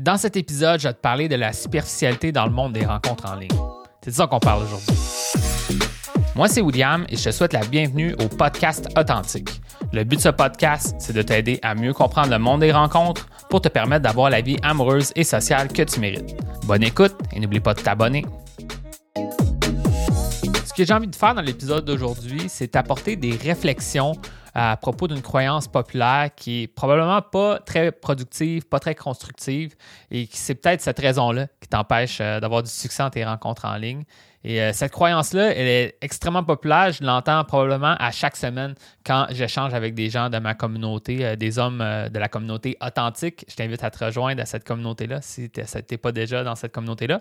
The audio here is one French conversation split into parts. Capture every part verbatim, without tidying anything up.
Dans cet épisode, je vais te parler de la superficialité dans le monde des rencontres en ligne. C'est de ça qu'on parle aujourd'hui. Moi, c'est William et je te souhaite la bienvenue au podcast Authentique. Le but de ce podcast, c'est de t'aider à mieux comprendre le monde des rencontres pour te permettre d'avoir la vie amoureuse et sociale que tu mérites. Bonne écoute et n'oublie pas de t'abonner. Ce que j'ai envie de faire dans l'épisode d'aujourd'hui, c'est t'apporter des réflexions à propos d'une croyance populaire qui est probablement pas très productive, pas très constructive et qui c'est peut-être cette raison-là qui t'empêche euh, d'avoir du succès dans tes rencontres en ligne. Et euh, cette croyance-là, elle est extrêmement populaire. Je l'entends probablement à chaque semaine quand j'échange avec des gens de ma communauté, euh, des hommes euh, de la communauté authentique. Je t'invite à te rejoindre à cette communauté-là si tu n'es pas déjà dans cette communauté-là.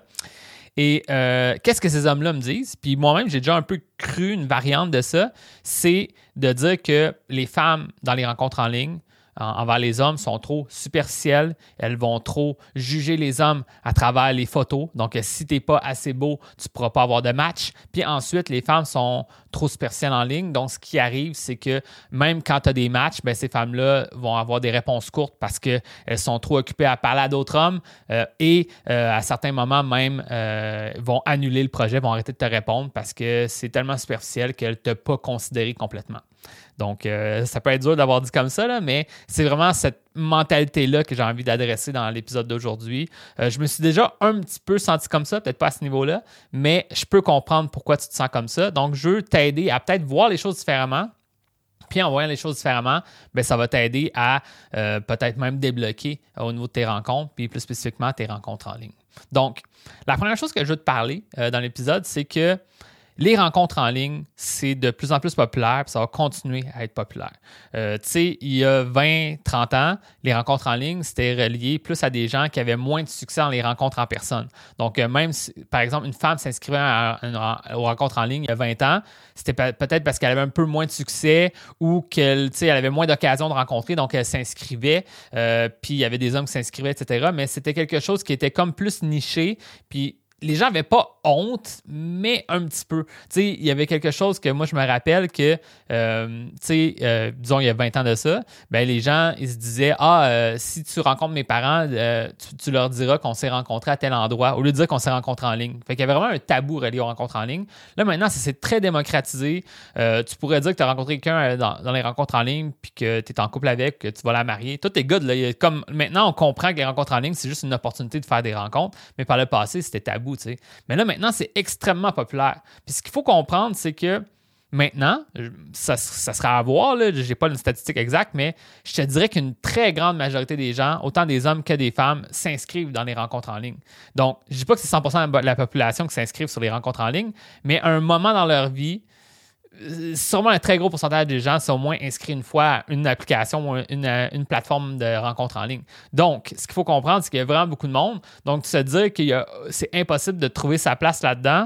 Et euh, qu'est-ce que ces hommes-là me disent? Puis moi-même, j'ai déjà un peu cru une variante de ça, c'est de dire que les femmes dans les rencontres en ligne en, envers les hommes sont trop superficielles, elles vont trop juger les hommes à travers les photos. Donc, si tu n'es pas assez beau, tu ne pourras pas avoir de match. Puis ensuite, les femmes sont trop superficielles en ligne. Donc, ce qui arrive, c'est que même quand tu as des matchs, bien, ces femmes-là vont avoir des réponses courtes parce qu'elles sont trop occupées à parler à d'autres hommes euh, et euh, à certains moments même euh, vont annuler le projet, vont arrêter de te répondre parce que c'est tellement superficiel qu'elles ne t'ont pas considéré complètement. Donc, euh, ça peut être dur d'avoir dit comme ça, là, mais c'est vraiment cette mentalité-là que j'ai envie d'adresser dans l'épisode d'aujourd'hui. Euh, je me suis déjà un petit peu senti comme ça, peut-être pas à ce niveau-là, mais je peux comprendre pourquoi tu te sens comme ça. Donc, je veux t'aider à peut-être voir les choses différemment. Puis en voyant les choses différemment, bien, ça va t'aider à euh, peut-être même débloquer euh, au niveau de tes rencontres, puis plus spécifiquement tes rencontres en ligne. Donc, la première chose que je veux te parler euh, dans l'épisode, c'est que les rencontres en ligne, c'est de plus en plus populaire, puis ça va continuer à être populaire. Euh, tu sais, il y a vingt trente ans, les rencontres en ligne, c'était relié plus à des gens qui avaient moins de succès dans les rencontres en personne. Donc, euh, même si, par exemple, une femme s'inscrivait à une, aux rencontres en ligne il y a vingt ans, c'était peut-être parce qu'elle avait un peu moins de succès ou qu'elle, tu sais, elle avait moins d'occasions de rencontrer, donc elle s'inscrivait, euh, puis il y avait des hommes qui s'inscrivaient, et cetera. Mais c'était quelque chose qui était comme plus niché, puis les gens n'avaient pas honte, mais un petit peu. Tu sais, il y avait quelque chose que moi, je me rappelle que, euh, tu sais, euh, disons, il y a vingt ans de ça, ben les gens, ils se disaient, ah, euh, si tu rencontres mes parents, euh, tu, tu leur diras qu'on s'est rencontrés à tel endroit, au lieu de dire qu'on s'est rencontrés en ligne. Fait qu'il y avait vraiment un tabou relié aux rencontres en ligne. Là, maintenant, ça s'est très démocratisé. Euh, tu pourrais dire que tu as rencontré quelqu'un dans, dans les rencontres en ligne, puis que tu es en couple avec, que tu vas la marier. Tout est good, là. Il y a comme, maintenant, on comprend que les rencontres en ligne, c'est juste une opportunité de faire des rencontres, mais par le passé, c'était tabou. T'sais. Mais là, maintenant, c'est extrêmement populaire. Puis ce qu'il faut comprendre, c'est que maintenant, ça, ça sera à voir, je n'ai pas une statistique exacte, mais je te dirais qu'une très grande majorité des gens, autant des hommes que des femmes, s'inscrivent dans les rencontres en ligne. Donc, je ne dis pas que c'est cent pour cent de la population qui s'inscrivent sur les rencontres en ligne, mais à un moment dans leur vie, sûrement un très gros pourcentage des gens sont au moins inscrits une fois à une application ou une, une plateforme de rencontre en ligne. Donc, ce qu'il faut comprendre, c'est qu'il y a vraiment beaucoup de monde. Donc, se dire que c'est impossible de trouver sa place là-dedans,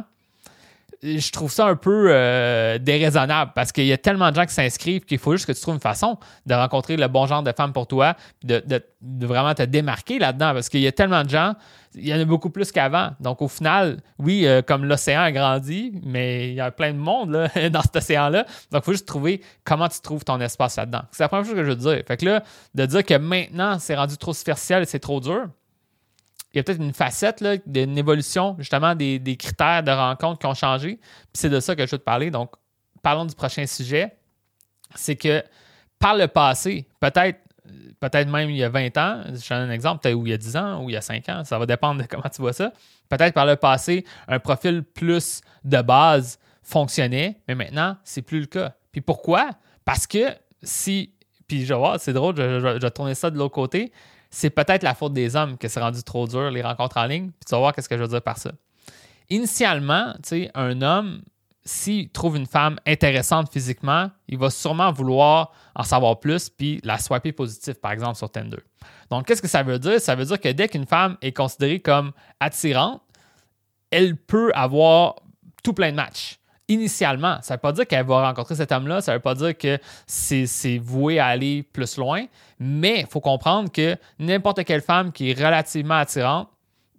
je trouve ça un peu euh, déraisonnable parce qu'il y a tellement de gens qui s'inscrivent qu'il faut juste que tu trouves une façon de rencontrer le bon genre de femme pour toi, de, de, de vraiment te démarquer là-dedans parce qu'il y a tellement de gens, il y en a beaucoup plus qu'avant. Donc, au final, oui, euh, comme l'océan a grandi, mais il y a plein de monde là, dans cet océan-là. Donc, il faut juste trouver comment tu trouves ton espace là-dedans. C'est la première chose que je veux dire. Fait que là, de dire que maintenant, c'est rendu trop superficiel et c'est trop dur, il y a peut-être une facette là, d'une évolution, justement, des, des critères de rencontre qui ont changé. Puis c'est de ça que je veux te parler. Donc, parlons du prochain sujet. C'est que par le passé, peut-être peut-être même il y a vingt ans, je te donne un exemple, peut-être ou il y a dix ans ou il y a cinq ans, ça va dépendre de comment tu vois ça. Peut-être par le passé, un profil plus de base fonctionnait, mais maintenant, c'est plus le cas. Puis pourquoi? Parce que si, puis je vais voir, c'est drôle, je, je, je vais tourner ça de l'autre côté, c'est peut-être la faute des hommes que c'est rendu trop dur, les rencontres en ligne. Puis tu vas voir qu'est-ce que je veux dire par ça. Initialement, tu sais, un homme, s'il trouve une femme intéressante physiquement, il va sûrement vouloir en savoir plus puis la swiper positif, par exemple, sur Tinder. Donc, qu'est-ce que ça veut dire? Ça veut dire que dès qu'une femme est considérée comme attirante, elle peut avoir tout plein de matchs. Initialement, ça ne veut pas dire qu'elle va rencontrer cet homme-là, ça ne veut pas dire que c'est, c'est voué à aller plus loin, mais il faut comprendre que n'importe quelle femme qui est relativement attirante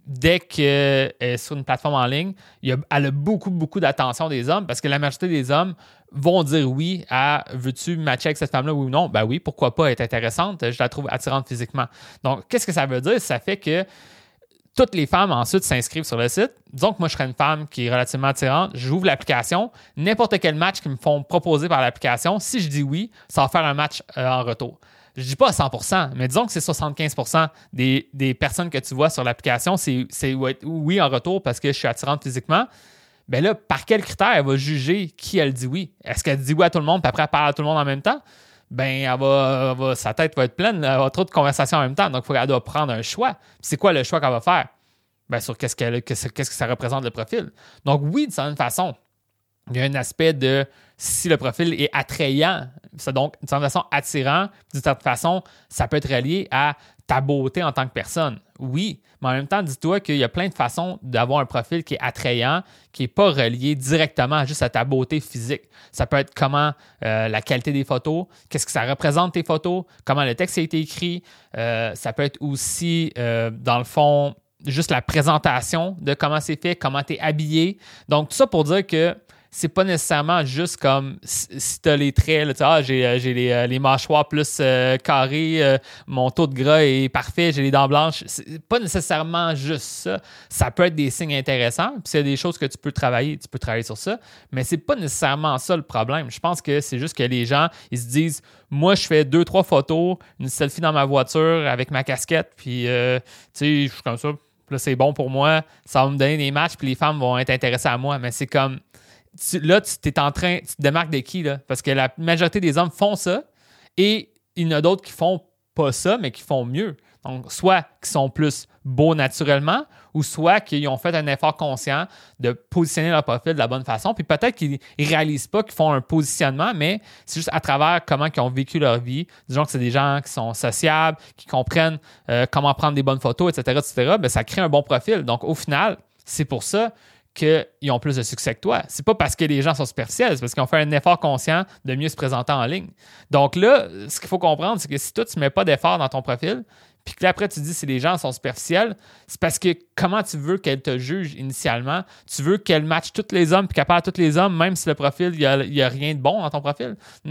dès qu'elle est sur une plateforme en ligne, il y a, elle a beaucoup, beaucoup d'attention des hommes parce que la majorité des hommes vont dire oui à « veux-tu matcher avec cette femme-là oui ou non? » Ben oui, pourquoi pas, elle est intéressante, je la trouve attirante physiquement. Donc, qu'est-ce que ça veut dire? Ça fait que toutes les femmes ensuite s'inscrivent sur le site. Disons que moi, je serais une femme qui est relativement attirante. J'ouvre l'application. N'importe quel match qu'ils me font proposer par l'application, si je dis oui, ça va faire un match euh, en retour. Je ne dis pas à cent pour cent, mais disons que c'est soixante-quinze pour cent des, des personnes que tu vois sur l'application, c'est, c'est oui en retour parce que je suis attirante physiquement. Bien là, par quel critère elle va juger qui elle dit oui? Est-ce qu'elle dit oui à tout le monde puis après elle parle à tout le monde en même temps? Ben, elle va, elle va, sa tête va être pleine, elle va avoir trop de conversations en même temps. Donc, il faut qu'elle doit prendre un choix. Puis c'est quoi le choix qu'elle va faire? Ben, sur qu'est-ce, qu'elle, qu'est-ce que ça représente le profil. Donc, oui, d'une certaine façon, il y a un aspect de si le profil est attrayant, c'est donc d'une certaine façon attirant, d'une certaine façon, ça peut être relié à ta beauté en tant que personne. Oui, mais en même temps, dis-toi qu'il y a plein de façons d'avoir un profil qui est attrayant, qui n'est pas relié directement juste à ta beauté physique. Ça peut être comment euh, la qualité des photos, qu'est-ce que ça représente tes photos, comment le texte a été écrit. Euh, ça peut être aussi, euh, dans le fond, juste la présentation de comment c'est fait, comment tu es habillé. Donc, tout ça pour dire que c'est pas nécessairement juste comme si tu as les traits, là, tu sais, ah, j'ai, j'ai les, les mâchoires plus euh, carrées, euh, mon taux de gras est parfait, j'ai les dents blanches. C'est pas nécessairement juste ça. Ça peut être des signes intéressants, puis s'il y a des choses que tu peux travailler, tu peux travailler sur ça, mais c'est pas nécessairement ça le problème. Je pense que c'est juste que les gens, ils se disent, moi, je fais deux, trois photos, une selfie dans ma voiture avec ma casquette, puis euh, tu sais, je suis comme ça, puis là, c'est bon pour moi, ça va me donner des matchs, puis les femmes vont être intéressées à moi, mais c'est comme... Tu, là, tu es en train, tu te démarques de qui, là? Parce que la majorité des hommes font ça et il y en a d'autres qui font pas ça, mais qui font mieux. Donc, soit qui sont plus beaux naturellement ou soit qu'ils ont fait un effort conscient de positionner leur profil de la bonne façon. Puis peut-être qu'ils ne réalisent pas qu'ils font un positionnement, mais c'est juste à travers comment ils ont vécu leur vie. Disons que c'est des gens qui sont sociables, qui comprennent euh, comment prendre des bonnes photos, et cetera, et cetera. Bien, ça crée un bon profil. Donc, au final, c'est pour ça qu'ils ont plus de succès que toi. C'est pas parce que les gens sont superficiels, c'est parce qu'ils ont fait un effort conscient de mieux se présenter en ligne. Donc là, ce qu'il faut comprendre, c'est que si toi, tu ne mets pas d'effort dans ton profil, puis que là, après, tu dis si les gens sont superficiels, c'est parce que comment tu veux qu'elle te juge initialement? Tu veux qu'elle matche tous les hommes puis qu'elle parle à tous les hommes, même si le profil, il n'y a, a rien de bon dans ton profil.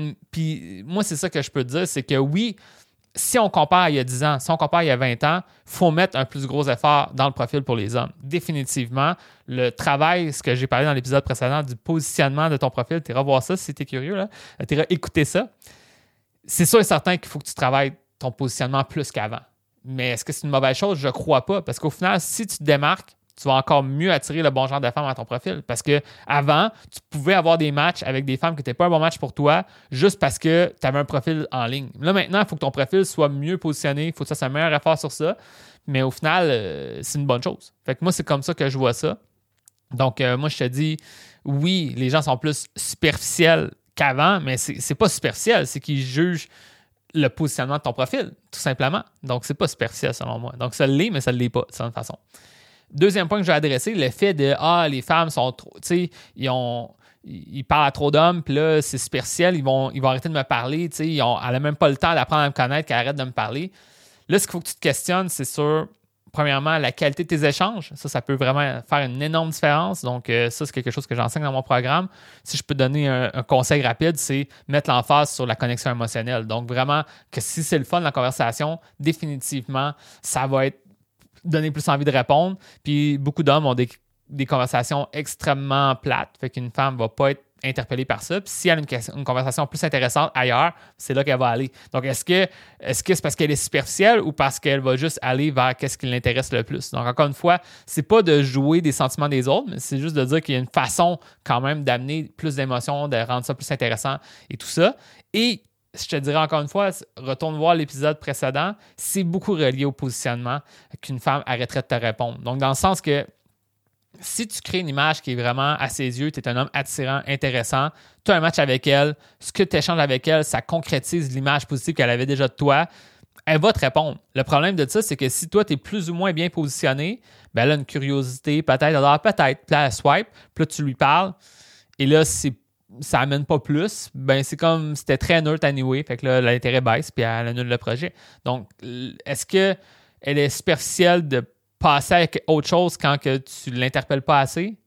Puis moi, c'est ça que je peux te dire, c'est que oui, si on compare à il y a dix ans, si on compare à il y a vingt ans, il faut mettre un plus gros effort dans le profil pour les hommes. Définitivement, le travail, ce que j'ai parlé dans l'épisode précédent, du positionnement de ton profil, tu iras voir ça si tu es curieux, tu iras écouter ça. C'est sûr et certain qu'il faut que tu travailles ton positionnement plus qu'avant. Mais est-ce que c'est une mauvaise chose? Je ne crois pas. Parce qu'au final, si tu te démarques, tu vas encore mieux attirer le bon genre de femmes à ton profil. Parce qu'avant, tu pouvais avoir des matchs avec des femmes qui n'étaient pas un bon match pour toi juste parce que tu avais un profil en ligne. Là, maintenant, il faut que ton profil soit mieux positionné. Il faut que ça soit un meilleur effort sur ça. Mais au final, euh, c'est une bonne chose. Fait que moi, c'est comme ça que je vois ça. Donc, euh, moi, je te dis, oui, les gens sont plus superficiels qu'avant, mais c'est, c'est pas superficiel. C'est qu'ils jugent le positionnement de ton profil, tout simplement. Donc, c'est pas superficiel selon moi. Donc, ça l'est, mais ça ne l'est pas, de cette façon. Deuxième point que je vais adresser, le fait de « Ah, les femmes sont trop... » Tu sais, ils ont... Ils parlent à trop d'hommes, puis là, c'est superficiel, ils vont, ils vont arrêter de me parler, tu sais, ils ont, elle n'a même pas le temps d'apprendre à me connaître, qu'elle arrête de me parler. Là, ce qu'il faut que tu te questionnes, c'est sur, premièrement, la qualité de tes échanges. Ça, ça peut vraiment faire une énorme différence. Donc, euh, ça, c'est quelque chose que j'enseigne dans mon programme. Si je peux te donner un, un conseil rapide, c'est mettre l'emphase sur la connexion émotionnelle. Donc, vraiment, que si c'est le fun, la conversation, définitivement, ça va être donner plus envie de répondre. Puis beaucoup d'hommes ont des, des conversations extrêmement plates. Fait qu'une femme ne va pas être interpellée par ça. Puis si elle a une, une conversation plus intéressante ailleurs, c'est là qu'elle va aller. Donc, est-ce que, est-ce que c'est parce qu'elle est superficielle ou parce qu'elle va juste aller vers ce qui l'intéresse le plus? Donc, encore une fois, c'est pas de jouer des sentiments des autres, mais c'est juste de dire qu'il y a une façon quand même d'amener plus d'émotions, de rendre ça plus intéressant et tout ça. Et je te dirais encore une fois, retourne voir l'épisode précédent, c'est beaucoup relié au positionnement qu'une femme arrêterait de te répondre. Donc, dans le sens que si tu crées une image qui est vraiment à ses yeux, tu es un homme attirant, intéressant, tu as un match avec elle, ce que tu échanges avec elle, ça concrétise l'image positive qu'elle avait déjà de toi, elle va te répondre. Le problème de ça, c'est que si toi, tu es plus ou moins bien positionné, ben elle a une curiosité, peut-être, alors peut-être, puis là, elle swipe, puis là, tu lui parles, et là, c'est ça amène pas plus, ben c'est comme c'était très neutre anyway, fait que là, l'intérêt baisse puis elle annule le projet. Donc, est-ce qu'elle est superficielle de passer avec autre chose quand que tu ne l'interpelles pas assez,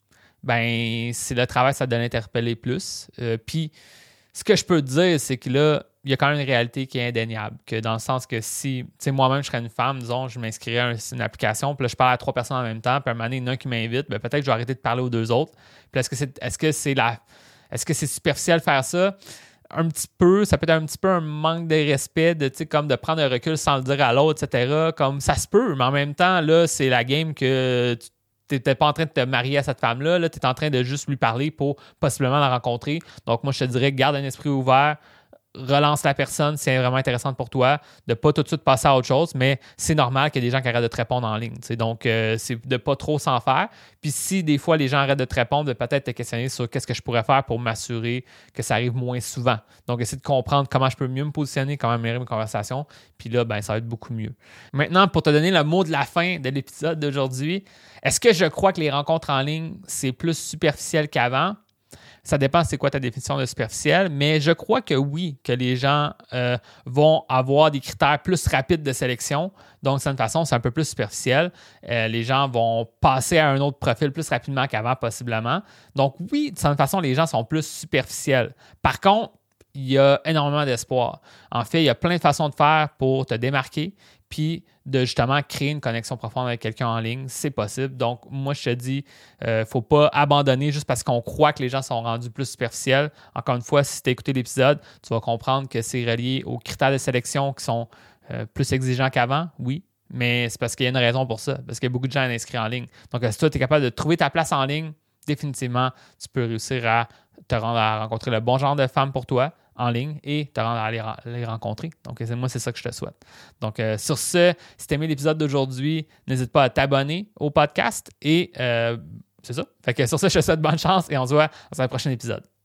ben c'est le travail, ça te donne l'interpeller plus. Euh, puis, ce que je peux te dire, c'est que là, il y a quand même une réalité qui est indéniable. Que dans le sens que si, tu sais, moi-même, je serais une femme, disons, je m'inscrirais à une application, puis là, je parle à trois personnes en même temps, puis à un moment donné, il y en a un qui m'invite, ben peut-être que je vais arrêter de parler aux deux autres. Puis est-ce que c'est, est-ce que c'est la, est-ce que c'est superficiel de faire ça? Un petit peu, ça peut être un petit peu un manque de respect, de, tu sais, comme de prendre un recul sans le dire à l'autre, et cetera. Comme ça se peut, mais en même temps, là, c'est la game que tu n'étais pas en train de te marier à cette femme-là, là, tu es en train de juste lui parler pour possiblement la rencontrer. Donc, moi, je te dirais, garde un esprit ouvert, relance la personne si elle est vraiment intéressante pour toi, de ne pas tout de suite passer à autre chose, mais c'est normal qu'il y ait des gens qui arrêtent de te répondre en ligne. T'sais. Donc, euh, c'est de ne pas trop s'en faire. Puis si des fois les gens arrêtent de te répondre, de peut-être te questionner sur qu'est-ce que je pourrais faire pour m'assurer que ça arrive moins souvent. Donc, essayer de comprendre comment je peux mieux me positionner, comment améliorer mes conversations. Puis là, ben, ça va être beaucoup mieux. Maintenant, pour te donner le mot de la fin de l'épisode d'aujourd'hui, est-ce que je crois que les rencontres en ligne, c'est plus superficiel qu'avant? Ça dépend c'est quoi ta définition de superficiel, mais je crois que oui, que les gens euh, vont avoir des critères plus rapides de sélection. Donc, de cette façon, c'est un peu plus superficiel. Euh, les gens vont passer à un autre profil plus rapidement qu'avant, possiblement. Donc, oui, de cette façon, les gens sont plus superficiels. Par contre, il y a énormément d'espoir. En fait, il y a plein de façons de faire pour te démarquer, puis de justement créer une connexion profonde avec quelqu'un en ligne, c'est possible. Donc, moi, je te dis, il euh, ne faut pas abandonner juste parce qu'on croit que les gens sont rendus plus superficiels. Encore une fois, si tu as écouté l'épisode, tu vas comprendre que c'est relié aux critères de sélection qui sont euh, plus exigeants qu'avant, oui, mais c'est parce qu'il y a une raison pour ça, parce qu'il y a beaucoup de gens inscrits en ligne. Donc, si toi, tu es capable de trouver ta place en ligne, définitivement, tu peux réussir à te rendre à rencontrer le bon genre de femme pour toi en ligne et te rendre à les, les rencontrer. Donc, moi, c'est ça que je te souhaite. Donc, euh, sur ce, si tu as aimé l'épisode d'aujourd'hui, n'hésite pas à t'abonner au podcast et euh, c'est ça. Fait que sur ce, je te souhaite bonne chance et on se voit dans un prochain épisode.